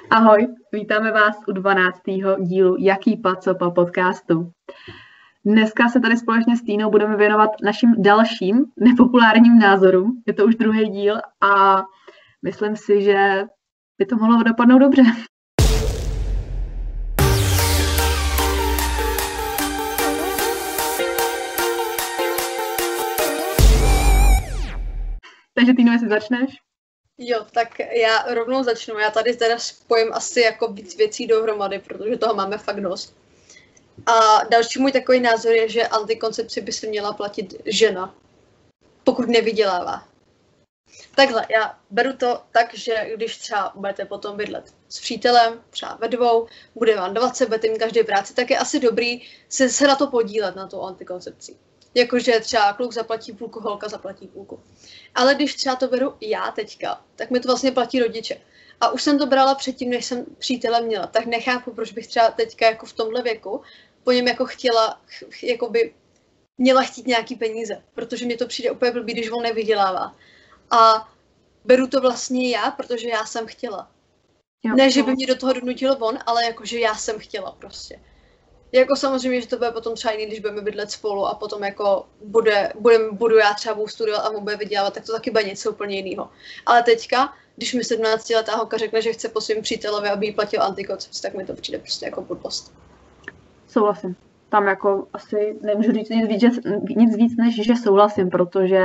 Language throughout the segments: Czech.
Ahoj, vítáme vás u 12. dílu Jaký pacopa podcastu. Dneska se tady společně s Týnou budeme věnovat našim dalším nepopulárním názorům. Je to už druhý díl a myslím si, že by to mohlo dopadnout dobře. Takže Týno, jestli začneš? Jo, tak já rovnou začnu. Já tady teda spojím asi jako víc věcí dohromady, protože toho máme fakt dost. A další můj takový názor je, že antikoncepci by se měla platit žena, pokud nevydělává. Takhle, já beru to tak, že když třeba budete potom bydlet s přítelem, třeba ve dvou, bude vám 20, budete mít každý práci, tak je asi dobrý se na to podílet, na tu antikoncepci. Jakože třeba kluk zaplatí půlku, holka zaplatí půlku. Ale když třeba to beru já teďka, tak mi to vlastně platí rodiče. A už jsem to brala předtím, než jsem přítele měla, tak nechápu, proč bych třeba teďka jako v tomhle věku po něm jako chtěla, jakoby měla chtít nějaký peníze, protože mě to přijde úplně blbý, když on nevydělává. A beru to vlastně já, protože já jsem chtěla. Jo, ne, že by mě do toho donutil on, ale jakože já jsem chtěla prostě. Jako samozřejmě, že to bude potom třeba jiný, když budeme bydlet spolu a potom jako budu já třeba budu studovat a on bude vydělávat, tak to taky bude něco úplně jiného. Ale teďka, když mi 17letá holka řekne, že chce po svým přítelovi, aby jí platil antikoncepci, tak mi to přijde prostě jako blbost. Souhlasím. Tam jako asi nemůžu říct nic víc, než že souhlasím, protože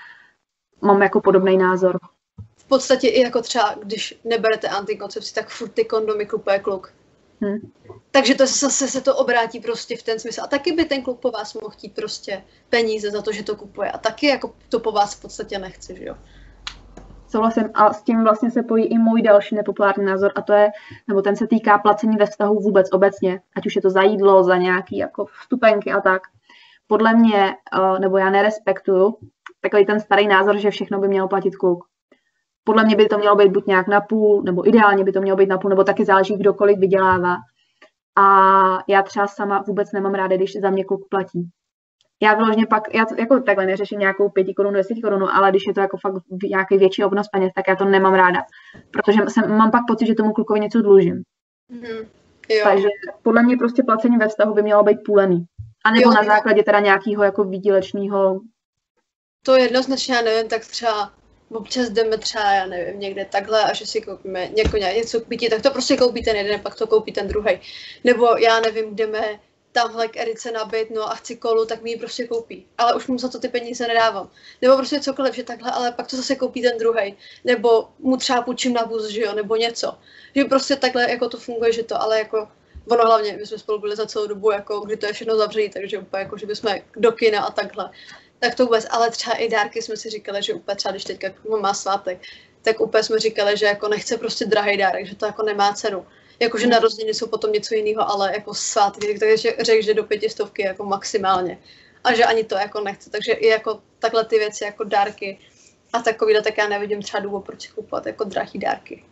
mám jako podobný názor. V podstatě i jako třeba, když neberete antikoncepci, tak furt ty kondomy kupuje kluk. Takže to zase se to obrátí prostě v ten smysl. A taky by ten kluk po vás mohl chtít prostě peníze za to, že to kupuje. A taky jako to po vás v podstatě nechce, že jo? Souhlasím a s tím vlastně se pojí i můj další nepopulární názor a to je, nebo ten se týká placení ve vztahu vůbec obecně. Ať už je to za jídlo, za nějaký jako vstupenky a tak. Podle mě, nebo já nerespektuju takový ten starý názor, že všechno by mělo platit kluk. Podle mě by to mělo být buď nějak na půl, nebo ideálně by to mělo být na půl, nebo taky záleží, kdo kolik vydělává. A já třeba sama vůbec nemám ráda, když za mě kluk platí. Já vyloženě pak, já jako takhle neřeším nějakou 5 korun, 10 korun, ale když je to jako fakt nějaký větší obnos peněz, tak já to nemám ráda. Protože mám pak pocit, že tomu klukovi něco dlužím. Jo. Takže podle mě prostě placení ve vztahu by mělo být půlený. A nebo na základě teda nějakého jako výdělečného. To jednoznačně, já nevím, tak třeba občas jdeme třeba, já nevím, někde takhle a že si koupíme něco k pití, tak to prostě koupí ten jeden, pak to koupí ten druhý. Nebo já nevím, jdeme tamhle k Erice na byt, no a chci kolu, tak mi ji prostě koupí. Ale už mu za to ty peníze nedávám. Nebo prostě cokoliv, že takhle, ale pak to zase koupí ten druhý. Nebo mu třeba půjčím na vůz, že jo, nebo něco. Že prostě takhle jako to funguje, že to, ale jako ono hlavně, my jsme spolu byli za celou dobu, jako kdy to je všechno zavřené, takže úplně jako, že bychom do kina a takhle. Tak to vůbec, ale třeba i dárky jsme si říkali, že úplně třeba, když teďka má svátek, tak úplně jsme říkali, že jako nechce prostě drahý dárek, že to jako nemá cenu. Jakože narozeniny jsou potom něco jiného, ale jako svátky, takže řekl, že do 500 jako maximálně. A že ani to jako nechce, takže i jako takhle ty věci jako dárky a takovýhle, tak já nevidím třeba důvod, proč kupovat jako drahý dárky.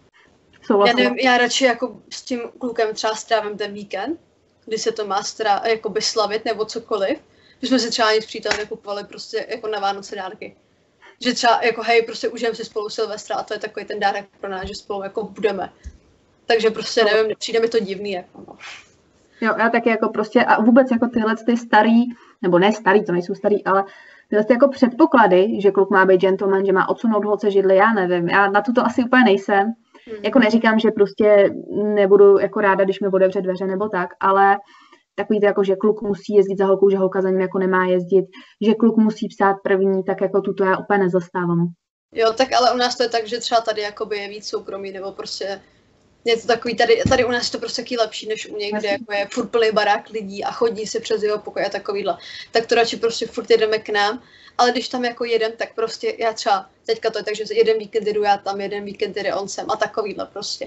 Já nevím, já radši jako s tím klukem třeba strávím ten víkend, kdy se to má jakoby slavit nebo cokoliv. My jsme si třeba nic přítel nekupovali prostě jako na Vánoce dárky. Že třeba jako hej, prostě užijeme si spolu Silvestra a to je takový ten dárek pro nás, že spolu jako budeme. Takže prostě nevím, přijde mi to divný jako no. Jo, já taky jako prostě a vůbec jako tyhle ty starý, nebo ne starý, to nejsou starý, ale tyhle ty jako předpoklady, že kluk má být gentleman, že má odsunout holce židli, já nevím, já na to asi úplně nejsem. Jako neříkám, že prostě nebudu jako ráda, když mi otevře dveře nebo tak, ale takový to jako, že kluk musí jezdit za holkou, že holka za ním jako nemá jezdit, že kluk musí psát první, tak jako tuto já úplně nezastávám. Jo, tak ale u nás to je tak, že třeba tady jakoby je víc soukromí, nebo prostě je to takový, tady u nás je to prostě taky lepší, než u něj, kde jako je furt plný barák lidí a chodí si přes jeho pokoj a takovýhle. Tak to radši prostě furt jedeme k nám, ale když tam jako jedem, tak prostě já třeba, teďka to je tak, že jeden víkend jdu já tam, jeden víkend jde on sem a takovýhle prostě.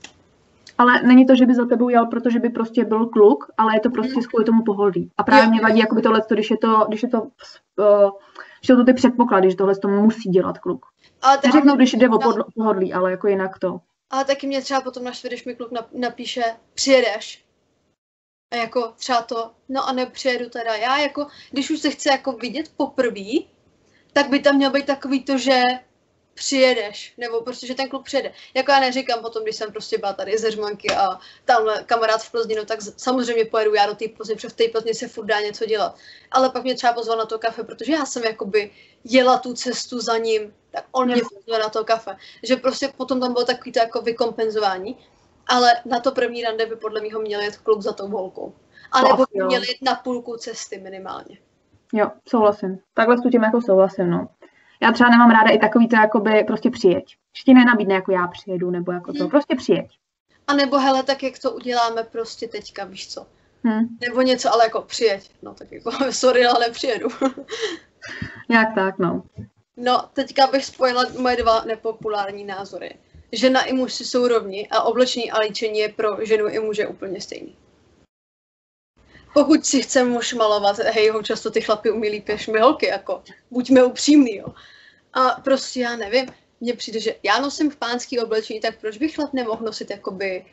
Ale není to, že by za tebou jel, protože by prostě byl kluk, ale je to prostě kvůli tomu pohodlí. A právě mě vadí jakoby tohle, když jsou to ty předpoklady, že tohle to musí dělat kluk. Neřeknu, když jde o pohodlí, ale jako jinak to. Ale taky mě třeba potom naštve, když mi kluk napíše, přijedeš. A jako třeba to, no a nepřijedu teda. Já jako, když už se chce jako vidět poprvé, tak by tam mělo být takový to, že přijedeš, nebo prostě, že ten kluk přijede. Jako já neříkám potom, když jsem prostě byla tady ze Řmanky a tamhle kamarád v Plzni, no tak samozřejmě pojedu já do té Plzně, protože v té Plzni se furt dá něco dělat. Ale pak mě třeba pozval na to kafe, protože já jsem jakoby jela tu cestu za ním, tak on mě pozval na to kafe. Že prostě potom tam bylo takový to jako vykompenzování, ale na to první rande by podle mého měl jet kluk za tou holkou. A nebo by měl jít na půlku cesty minimálně. Jo, souhlasím. Takhle s tím jako souhlasím, no. Já třeba nemám ráda i takový to jakoby prostě přijeď. Že ti nenabídne jako já přijedu, nebo jako to, prostě přijeď. A nebo hele, tak jak to uděláme prostě teďka, víš co. Nebo něco, ale jako přijeď. No tak jako, sorry, ale nepřijedu. Nějak tak, no. No, teďka bych spojila moje 2 nepopulární názory. Žena i muž si jsou rovni a oblečení a líčení je pro ženu i muže úplně stejný. Pokud si chce muž malovat, hej, ho často ty chlapy umí líp než my holky, jako, buďme upřímný, jo. A prostě já nevím, mně přijde, že já nosím pánský oblečení, tak proč bych chlap nemohl nosit jakoby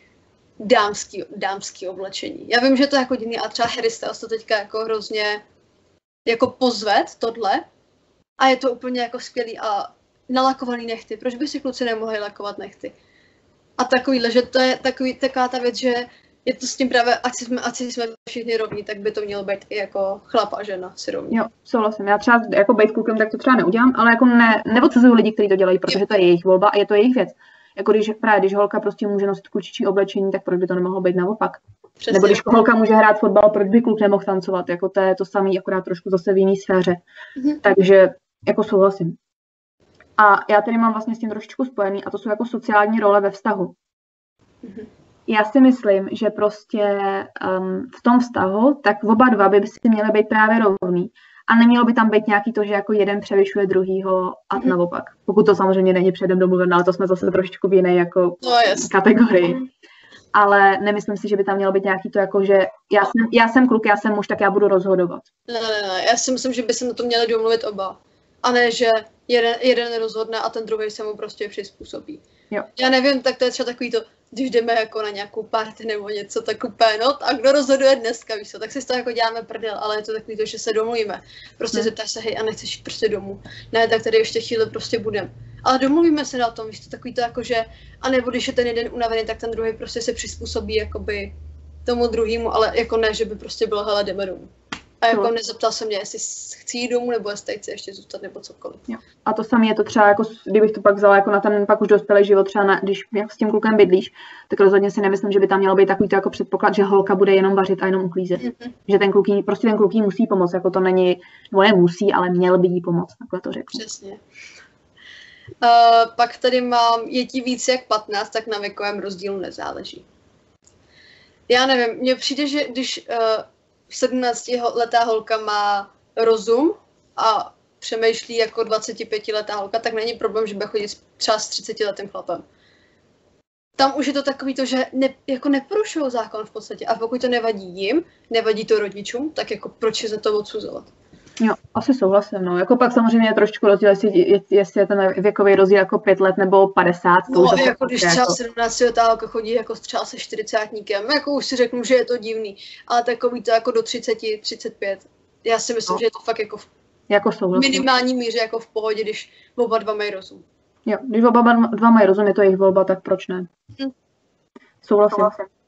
dámský oblečení. Já vím, že to je jako divný a třeba Harry Styles to teďka jako hrozně jako pozved tohle a je to úplně jako skvělý a nalakovaný nechty. Proč by si kluci nemohli lakovat nechty? A takovýhle, že to je taková ta věc, že je to s tím právě, ať jsme všichni rovní, tak by to mělo být i jako chlap a žena si rovní. Jo, souhlasím. Já třeba jako být klukem, tak to třeba neudělám, ale jako neodsuzuju lidi, kteří to dělají, protože to je jejich volba a je to jejich věc. Jako když holka prostě může nosit klučičí oblečení, tak proč by to nemohlo být naopak? Přesně. Nebo když holka může hrát fotbal, proč by kluk nemohl tancovat? Jako to je to samé, akorát trošku zase v jiné sféře. Takže jako souhlasím. A já tady mám vlastně s tím trošičku spojený a to jsou jako sociální role ve vztahu. Já si myslím, že prostě v tom vztahu, tak oba dva by si měly být právě rovný. A nemělo by tam být nějaký to, že jako jeden převyšuje druhýho a naopak. Pokud to samozřejmě není předem domluvené, ale to jsme zase trošičku v jiné jako kategorii. Ale nemyslím si, že by tam mělo být nějaký to jako, že já jsem kluk, já jsem muž, tak já budu rozhodovat. Ne, já si myslím, že by se na to měli domluvit oba. A ne, že jeden rozhodne a ten druhý se mu prostě přizpůsobí. Jo. Já nevím, tak to je třeba takový to, když jdeme jako na nějakou party nebo něco, tak úplně, no a kdo rozhoduje dneska, víš co, tak si z toho jako děláme prdel, ale je to takový to, že se domluvíme. Prostě zeptáš se, hej, a nechceš jít prostě domů. Ne, tak tady ještě chvíli prostě budem. Ale domluvíme se na tom, víš to, takový to jako, že, a nebo když je ten jeden unavený, tak ten druhý prostě se přizpůsobí jakoby tomu druhému, ale jako ne, že by prostě bylo, hele, jdeme domů. A jako nezeptal se mě, jestli chci jít domů, nebo jestli chci ještě zůstat, nebo cokoliv. Jo. A to samé je to třeba, jako, kdybych to pak vzala jako na ten pak už dospělý život, třeba když s tím klukem bydlíš, tak rozhodně si nemyslím, že by tam mělo být takový to jako předpoklad, že holka bude jenom vařit a jenom uklízet. Že ten kluk jí musí pomoct, jako to není, nebo nemusí, ale měl by jí pomoct, takhle to řeknu. Přesně. Pak tady mám, je ti víc jak 15, tak na věkovém rozdílu nezáleží. Já nevím, mně přijde, že když 17letá holka má rozum a přemýšlí jako 25letá holka, tak není problém, že bude chodit třeba s 30letým chlapem. Tam už je to takový to, že jako neporušují zákon v podstatě a pokud to nevadí jim, nevadí to rodičům, tak jako proč je za to odsuzovat? Jo, asi souhlasím, no. Jako pak samozřejmě je trošku rozdíl, jestli je ten věkový rozdíl jako 5 let nebo 50. No, jako když třeba 17letá holka chodí jako třeba se 40tníkem, jako už si řeknu, že je to divný, ale takový to jako do 30, 35. Já si myslím, že je to fakt jako v minimální míře jako v pohodě, když oba dva mají rozum. Jo, když oba dva mají rozum, je to jejich volba, tak proč ne? Souhlasím.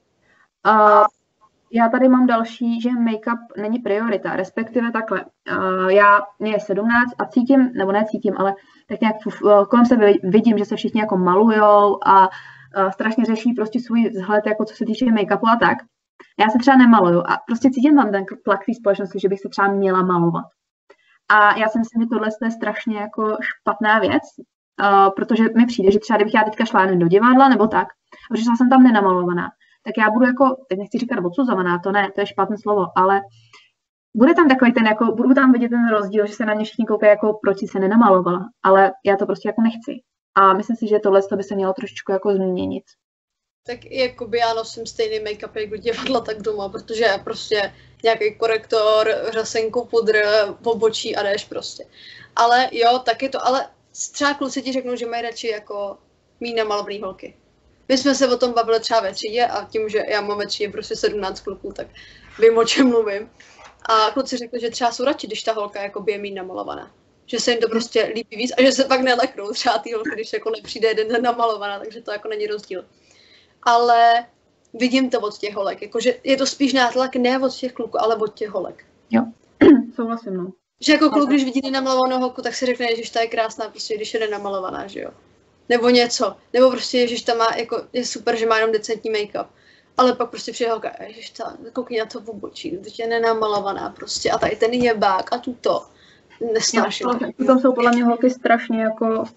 Já tady mám další, že make-up není priorita, respektive takhle. Mě je 17 a cítím, nebo necítím, ale tak nějak kolem sebe vidím, že se všichni jako malujou a strašně řeší prostě svůj vzhled, jako co se týče make-upu a tak. Já se třeba nemaluju a prostě cítím tam ten tlak té společnosti, že bych se třeba měla malovat. A já si myslím, že tohle je strašně jako špatná věc, protože mi přijde, že třeba kdybych já teďka šla do divadla nebo tak, a přišla jsem tam nenamalovaná, tak já budu jako, teď nechci říkat odsuzovaná, to ne, to je špatné slovo, ale bude tam takový ten, jako, budu tam vidět ten rozdíl, že se na mě všichni koukají, jako proč si se nenamalovala, ale já to prostě jako nechci. A myslím si, že tohle by se mělo trošičku jako změnit. Tak jakoby já nosím stejný make-up jak do divadla, tak doma, protože je prostě nějaký korektor, řasenku, pudr, obočí a jdeš prostě. Ale jo, tak je to, ale třeba kluci ti řeknou, že mají radši jako mít namalovaný holky. My jsme se o tom bavili třeba ve třídě a tím, že já mám ve třídě prostě 17 kluků, tak vím, o čem mluvím. A kluci řekli, že třeba jsou radši, když ta holka jakoby je mít namalovaná. že se jim to prostě líbí víc a že se pak neleknou třeba ty holky, když jako nepřijde jeden den namalovaná, takže to jako není rozdíl. Ale vidím to od těch holek, jakože je to spíš nátlak ne od těch kluků, ale od těch holek. Jo, souhlasím, no. Že jako kluk, když vidí nenamalovanou holku, tak si řekne, že ta je krásná, prostě když je nenamalovaná, že jo. Nebo něco, nebo prostě ježiš, ta má, jako, je super, že má jenom decentní make-up. Ale pak prostě přijde holka, ježiš, koukni na to v obočí, teď je nenamalovaná prostě a tady ten jebák a tuto. Nesnáším. Tam jsou podle mě holky strašně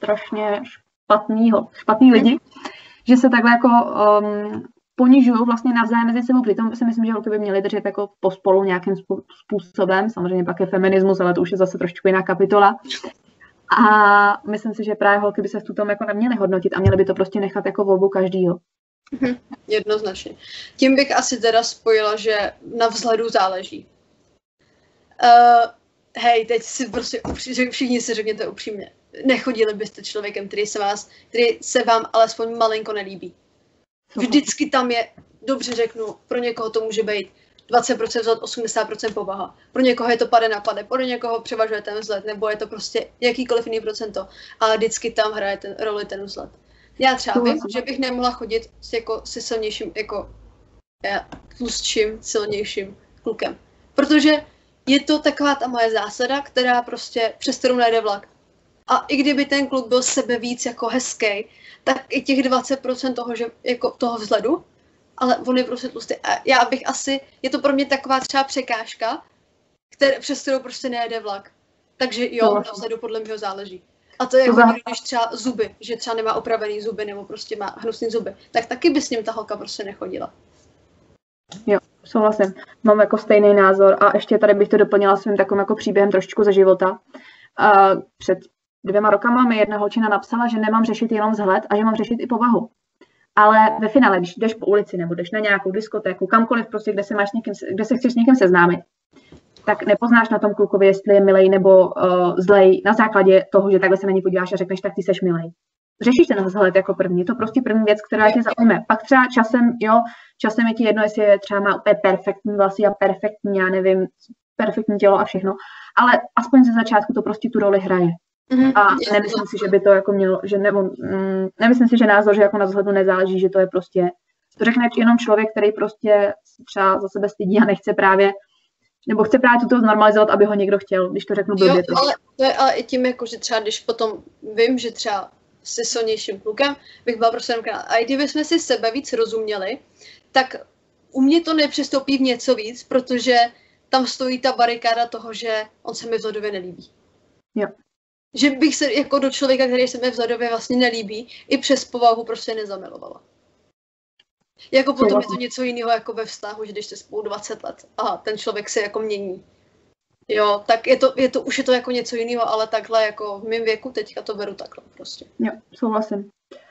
špatný lidi, že se takhle jako ponižují vlastně navzájem mezi sebou. Přitom si myslím, že holky by měly držet jako pospolu nějakým způsobem. Samozřejmě pak je feminismus, ale to už je zase trošku jiná kapitola. A myslím si, že právě holky by se v tom jako neměly hodnotit a měly by to prostě nechat jako volbu každýho. Jednoznačně. Tím bych asi teda spojila, že na vzhledu záleží. Hej, teď si prostě všichni si řekněte upřímně. Nechodili byste člověkem, který se vám alespoň malinko nelíbí. Vždycky tam je, dobře řeknu, pro někoho to může být 20% vzhled, 80% povaha. Pro někoho je to pade na pade, pro někoho převažuje ten vzhled, nebo je to prostě jakýkoliv jiný procento, ale vždycky tam hraje roli ten vzhled. Já třeba vím, že bych nemohla chodit se silnějším, jako tlustším, silnějším klukem. Protože je to taková ta moje zásada, která prostě přes kterou nejde vlak. A i kdyby ten kluk byl sebe víc jako hezký, tak i těch 20% toho, že, jako toho vzhledu, ale on je prostě tlustý. A já bych asi, je to pro mě taková třeba překážka, přes kterou prostě nejde vlak. Takže jo, na vzhledu podle mě záleží. A to je jako když třeba zuby, že třeba nemá opravený zuby nebo prostě má hnusný zuby, tak taky by s ním ta holka prostě nechodila. Jo, souhlasím. Mám jako stejný názor a ještě tady bych to doplnila svým takovým jako příběhem trošičku ze života. Před 2 rokama mi jedna holčina napsala, že nemám řešit jenom vzhled a že mám řešit i povahu. Ale ve finále, když jdeš po ulici nebo jdeš na nějakou diskotéku, kamkoliv prostě, kde se chceš s někým seznámit, tak nepoznáš na tom klukovi, jestli je milej nebo zlej na základě toho, že takhle se na ní podíváš a řekneš, tak ty seš milej. Řešíš ten vzhled jako první, je to prostě první věc, která tě zaujme. Pak třeba časem je ti jedno, jestli je třeba má úplně perfektní vlasy a perfektní, já nevím, perfektní tělo a všechno, ale aspoň ze začátku to prostě tu roli hraje. A nemyslím si, že by to jako mělo, nemyslím si, že názor, že jako na vzhledu nezáleží, že to je prostě, to řekne jenom člověk, který prostě třeba za sebe stydí a nechce právě, nebo chce právě tuto znormalizovat, aby ho někdo chtěl, když to řeknu blbě. Jo, ale to je ale i tím, jako, že třeba když potom vím, že třeba se silnějším klukem, bych byla prostě jenom a kdyby jsme si sebe víc rozuměli, tak u mě to nepřestoupí v něco víc, protože tam stojí ta barikáda toho, že on se mi vzhledově nelíbí. Jo. Že bych se jako do člověka, který se mi vzhledově vlastně nelíbí, i přes povahu prostě nezamilovala. Jako potom je to něco jiného jako ve vztahu, že když jste spolu 20 let a ten člověk se jako mění. Jo, tak už je to jako něco jiného, ale takhle jako v mém věku teďka to beru takhle prostě. Jo, souhlasím.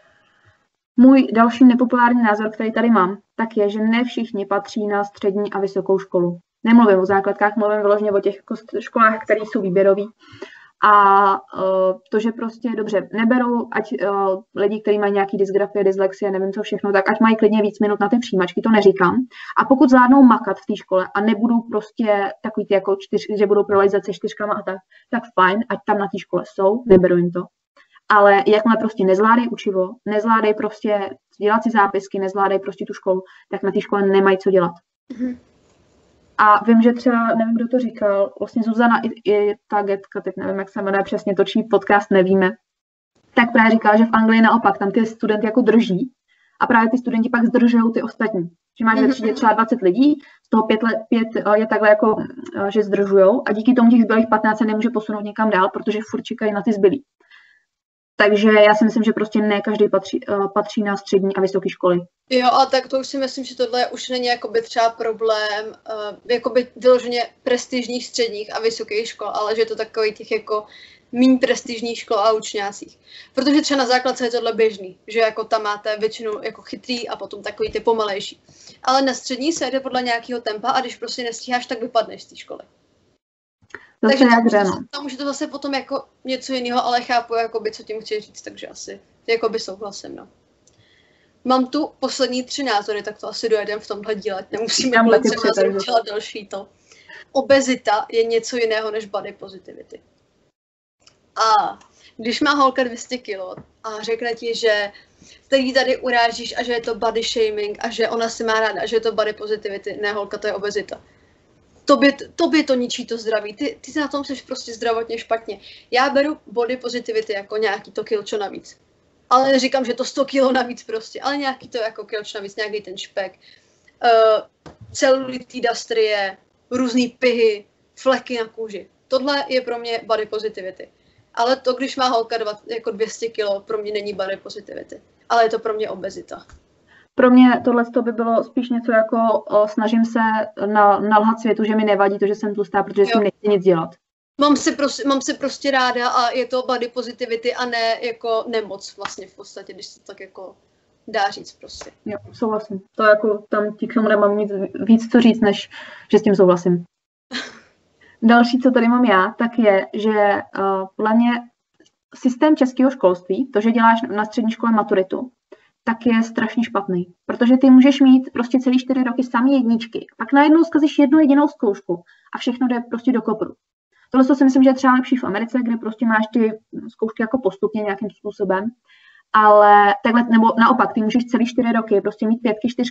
Můj další nepopulární názor, který tady mám, tak je, že ne všichni patří na střední a vysokou školu. Nemluvím o základkách, mluvím vyloženě o těch školách, které jsou výběrový. A to, že prostě dobře neberou, ať lidi, kteří mají nějaký dysgrafie, dyslexie, nevím co všechno, tak ať mají klidně víc minut na ty přijímačky, to neříkám. A pokud zvládnou makat v té škole a nebudou prostě takový ty jako že budou prolejzat se 4 a tak fajn, ať tam na té škole jsou, neberu jim to. Ale jakmile prostě nezvládají učivo, nezvládají prostě dělat si zápisky, nezvládají prostě tu školu, tak na té škole nemají co dělat. Mm-hmm. A vím, že třeba, nevím, kdo to říkal, vlastně Zuzana i ta Getka, teď nevím, jak se jmenuje přesně, točí podcast, nevíme, tak právě říkala, že v Anglii naopak, tam ty studenty jako drží a právě ty studenti pak zdržují ty ostatní. Že máš ve třídě třeba 20 lidí, z toho 5 je takhle jako, že zdržujou a díky tomu těch zbylých 15 se nemůže posunout někam dál, protože furt čekají na ty zbylí. Takže já si myslím, že prostě ne každý patří na střední a vysoké školy. Jo, a tak to už si myslím, že tohle už není jakoby třeba problém jakoby vyloženě prestižních středních a vysokých škol, ale že je to takový těch jako méně prestižních škol a učňácích. Protože třeba na základce je tohle běžný, že jako tam máte většinu jako chytrý a potom takový ty pomalejší. Ale na střední se jde podle nějakého tempa a když prostě nestíháš, tak vypadneš z té školy. Takže tam už je to zase potom jako něco jiného, ale chápu, jakoby, co tím chci říct, takže asi jakoby souhlasím, no. Mám tu poslední 3 názory, tak to asi dojedem v tomhle díle, nemusíme dělat další to. Obezita je něco jiného než body positivity. A když má holka 200 kilo a řekne ti, že ty tady urážíš a že je to body shaming a že ona si má ráda a že je to body positivity, ne holka, to je obezita. Tobě to ničí to zdraví, ty na tom jsi prostě zdravotně špatně. Já beru body positivity jako nějaký to kilčo navíc. Ale neříkám, že to 100 kilo navíc prostě, ale nějaký to jako kilčo navíc, nějaký ten špek. Celulitý dystrie, různý pihy, fleky na kůži. Tohle je pro mě body positivity. Ale to, když má holka jako 200 kilo, pro mě není body positivity. Ale je to pro mě obezita. Pro mě tohle by bylo spíš něco jako snažím se nalhat světu, že mi nevadí to, že jsem tlustá, protože s tím nechci nic dělat. Mám se prostě ráda a je to body positivity a ne jako nemoc vlastně v podstatě, když se tak jako dá říct prostě. Jo, souhlasím. To jako tam k tomu nemám nic víc co říct, než že s tím souhlasím. Další, co tady mám já, tak je, že podle mě systém českého školství, to, že děláš na střední škole maturitu, tak je strašně špatný. Protože ty můžeš mít prostě celý 4 roky samý jedničky, pak najednou zkazíš jednu jedinou zkoušku a všechno jde prostě do kopru. Tohle si myslím, že je třeba lepší v Americe, kde prostě máš ty zkoušky jako postupně nějakým způsobem, ale takhle, nebo naopak, ty můžeš celý 4 roky prostě mít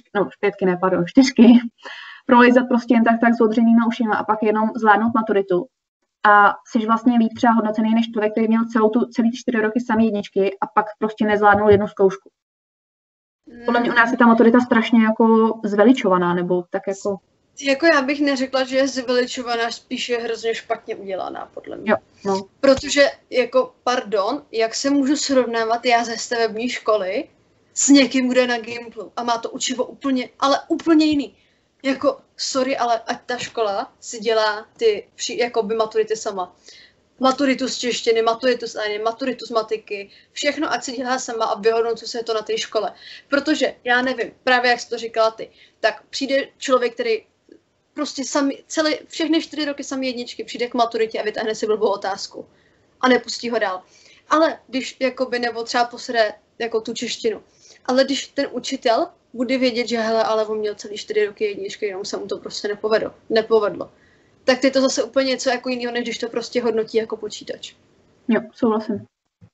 4 prolejzat prostě jen tak s odřenýma ušima a pak jenom zvládnout maturitu. A jsi vlastně líp třeba hodnocený než člověk, který měl celý 4 roky samý jedničky a pak prostě nezvládnul jednu zkoušku. Podle mě u nás je ta maturita strašně jako zveličovaná, nebo tak jako... Jako já bych neřekla, že je zveličovaná, spíš je hrozně špatně udělaná, podle mě. Jo, no. Protože, jako, pardon, jak se můžu srovnávat já ze stavební školy s někým, kdo je na Gimplu a má to učivo úplně jiný. Jako, sorry, ale ať ta škola si dělá ty jakoby maturity sama. Maturitu z češtiny, maturitu z angličtiny, maturitu z matiky, všechno ať si dělá sama a vyhodnocuje se to na té škole. Protože, já nevím, právě jak jsi to říkala ty, tak přijde člověk, který prostě všechny 4 roky samý jedničky přijde k maturitě a vytáhne si blbou otázku a nepustí ho dál. Ale když jakoby, nebo třeba posede jako tu češtinu, ale když ten učitel bude vědět, že hele, ale on měl celý 4 roky jedničky, jenom se mu to prostě nepovedlo. Tak je to zase úplně něco jako jiného, než když to prostě hodnotí jako počítač. Jo, souhlasím.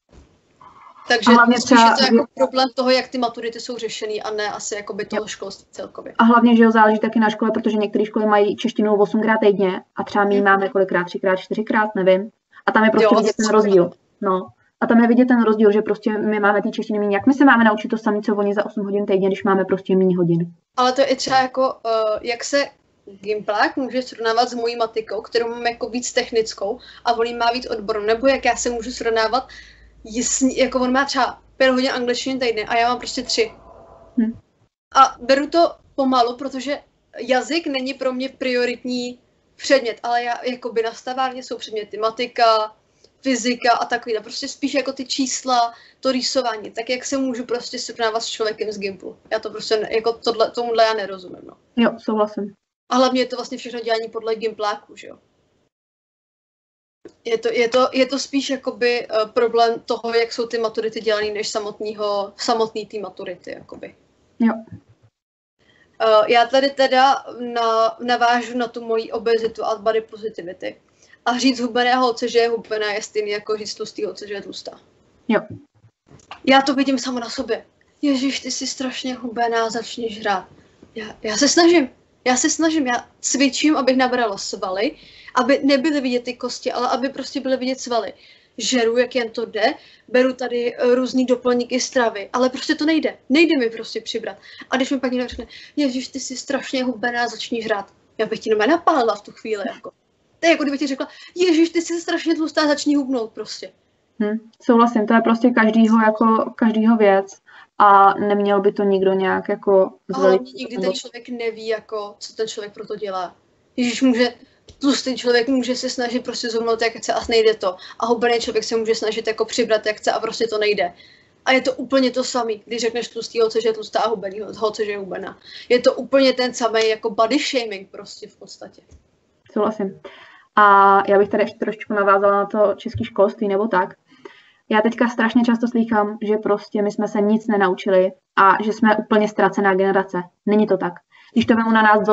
Takže spíš je to jako problém toho, jak ty maturity jsou řešený a ne asi jakoby toho školství celkově. A hlavně, že jo, záleží taky na škole, protože některé školy mají češtinu 8krát týdně a třeba my máme kolikrát, 3krát, 4krát, nevím. A tam je prostě vidět ten rozdíl. No. A tam je vidět ten rozdíl, že prostě my máme ty češtiny méně. Jak my se máme naučit to samé, co oni za 8 hodin týdně, když máme prostě méně hodin. Ale to je i třeba jako, jak se Gimplák může srovnávat s mojí matikou, kterou mám jako víc technickou a on jí má víc odbornou, nebo jak já se můžu srovnávat, jako on má třeba 5 hodin angličtiny týdně a já mám prostě 3. A beru to pomalu, protože jazyk není pro mě prioritní předmět, ale já jakoby na stavárně jsou předměty matika, fyzika a takový, prostě spíš jako ty čísla, to rýsování, tak jak se můžu prostě srovnávat s člověkem z Gimplu. Já to prostě, jako tomuhle já nerozumím, no. Jo, souhlasím. A hlavně je to vlastně všechno dělání podle Gimpláku, že jo. Je to spíš jakoby problém toho, jak jsou ty maturity dělané, než samotný ty maturity, jakoby. Jo. Já tady teda navážu na tu moji obezitu a body positivity. A říct hubené holce, že je hubená, je stejný jako říct tlustý holce, že je tlustá. Jo. Já to vidím sama na sobě. Ježiš, ty jsi strašně hubená, začni žrát. Já se snažím, já cvičím, abych nabrala svaly, aby nebyly vidět ty kosti, ale aby prostě byly vidět svaly. Žeru, jak jen to jde, beru tady různý doplňky stravy, ale prostě to nejde. Nejde mi prostě přibrat. A když mi pak někdo řekne, ježiš, ty jsi strašně hubená, začni žrát. Já bych ti normálně napálila v tu chvíli, jako. To je jako kdybych ti řekla, ježiš, ty jsi strašně tlustá, začni hubnout prostě. Souhlasím, to je prostě každýho věc a neměl by to nikdo nějak jako zveličit. Ale nikdy ten člověk neví, jako, co ten člověk pro to dělá. Ježiš, tlustý člověk může se snažit prostě zhubnout, jak chce a nejde to. A hubený člověk se může snažit jako přibrat, jak chce a prostě to nejde. A je to úplně to samé, když řekneš tlustý holce, že je tlustá a hubený holce, že je hubená. Je to úplně ten samý jako body shaming prostě v podstatě. Souhlasím. A já bych tady ještě trošičku navázala na to české školství nebo tak. Já teďka strašně často slýchám, že prostě my jsme se nic nenaučili a že jsme úplně ztracená generace. Není to tak. Když to vemu na nás dvou,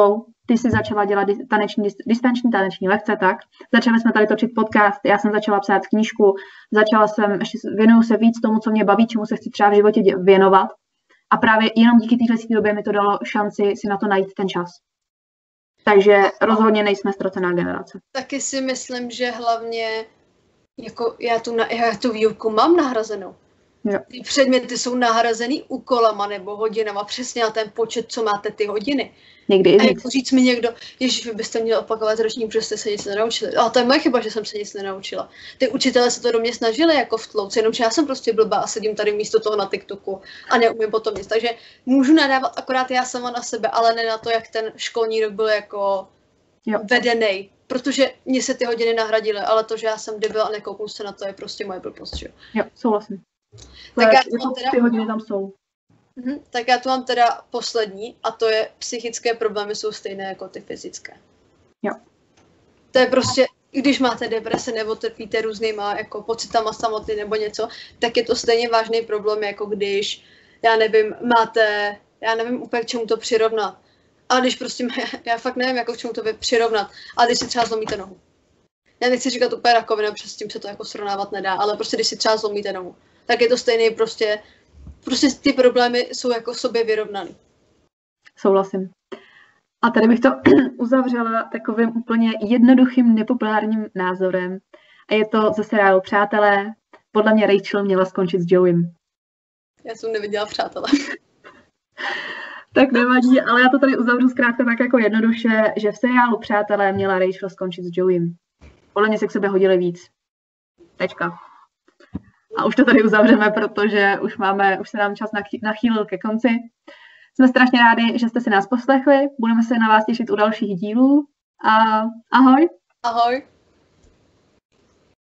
ty jsi začala dělat distanční taneční lekce, tak. Začali jsme tady točit podcast, já jsem začala psát knížku, věnuju se víc tomu, co mě baví, čemu se chci třeba v životě věnovat. A právě jenom díky téhle době mi to dalo šanci si na to najít ten čas. Takže rozhodně nejsme ztracená generace. Taky si myslím, že hlavně jako já tu výuku mám nahrazenou. Jo. Ty předměty jsou nahrazený úkolama nebo hodinama, přesně na ten počet, co máte ty hodiny. Někdy i a jako říct mi někdo, ježiš, vy byste měli opakovat ročník, protože jste se nic nenaučili. Ale to je moje chyba, že jsem se nic nenaučila. Ty učitelé se to do mě snažili jako vtlouct, jenomže já jsem prostě blbá a sedím tady místo toho na TikToku a neumím potom nic. Takže můžu nadávat akorát já sama na sebe, ale ne na to, jak ten školní rok byl jako vedený. Protože mě se ty hodiny nahradily, ale to, že já jsem debil a nekouknu se na to, je prostě moje blbost, že? Jo, souhlasím. Tak ty hodiny tam jsou. Tak já tu mám teda poslední a to je psychické problémy jsou stejné jako ty fyzické. Jo. To je prostě, když máte deprese nebo trpíte různýma jako pocitama samoty nebo něco, tak je to stejně vážný problém, jako když, já nevím úplně k čemu to přirovnat. A když prostě, já fakt nevím, jako k čemu to přirovnat, ale když si třeba zlomíte nohu. Já nechci říkat úplně rakovina, protože s tím se to jako srovnávat nedá, ale prostě když si třeba zlomíte nohu, tak je to stejný prostě ty problémy jsou jako sobě vyrovnaný. Souhlasím. A tady bych to uzavřela takovým úplně jednoduchým, nepopulárním názorem. A je to ze seriálu Přátelé. Podle mě Rachel měla skončit s Joeym. Já jsem neviděla Přátelé. Tak nevadí, ale já to tady uzavřu zkrátka tak jako jednoduše, že v seriálu Přátelé měla Rachel skončit s Joeym. Podle mě se k sobě hodili víc. Tečka. A už to tady uzavřeme, protože už se nám čas nachýlil ke konci. Jsme strašně rádi, že jste si nás poslechli. Budeme se na vás těšit u dalších dílů. A ahoj. Ahoj.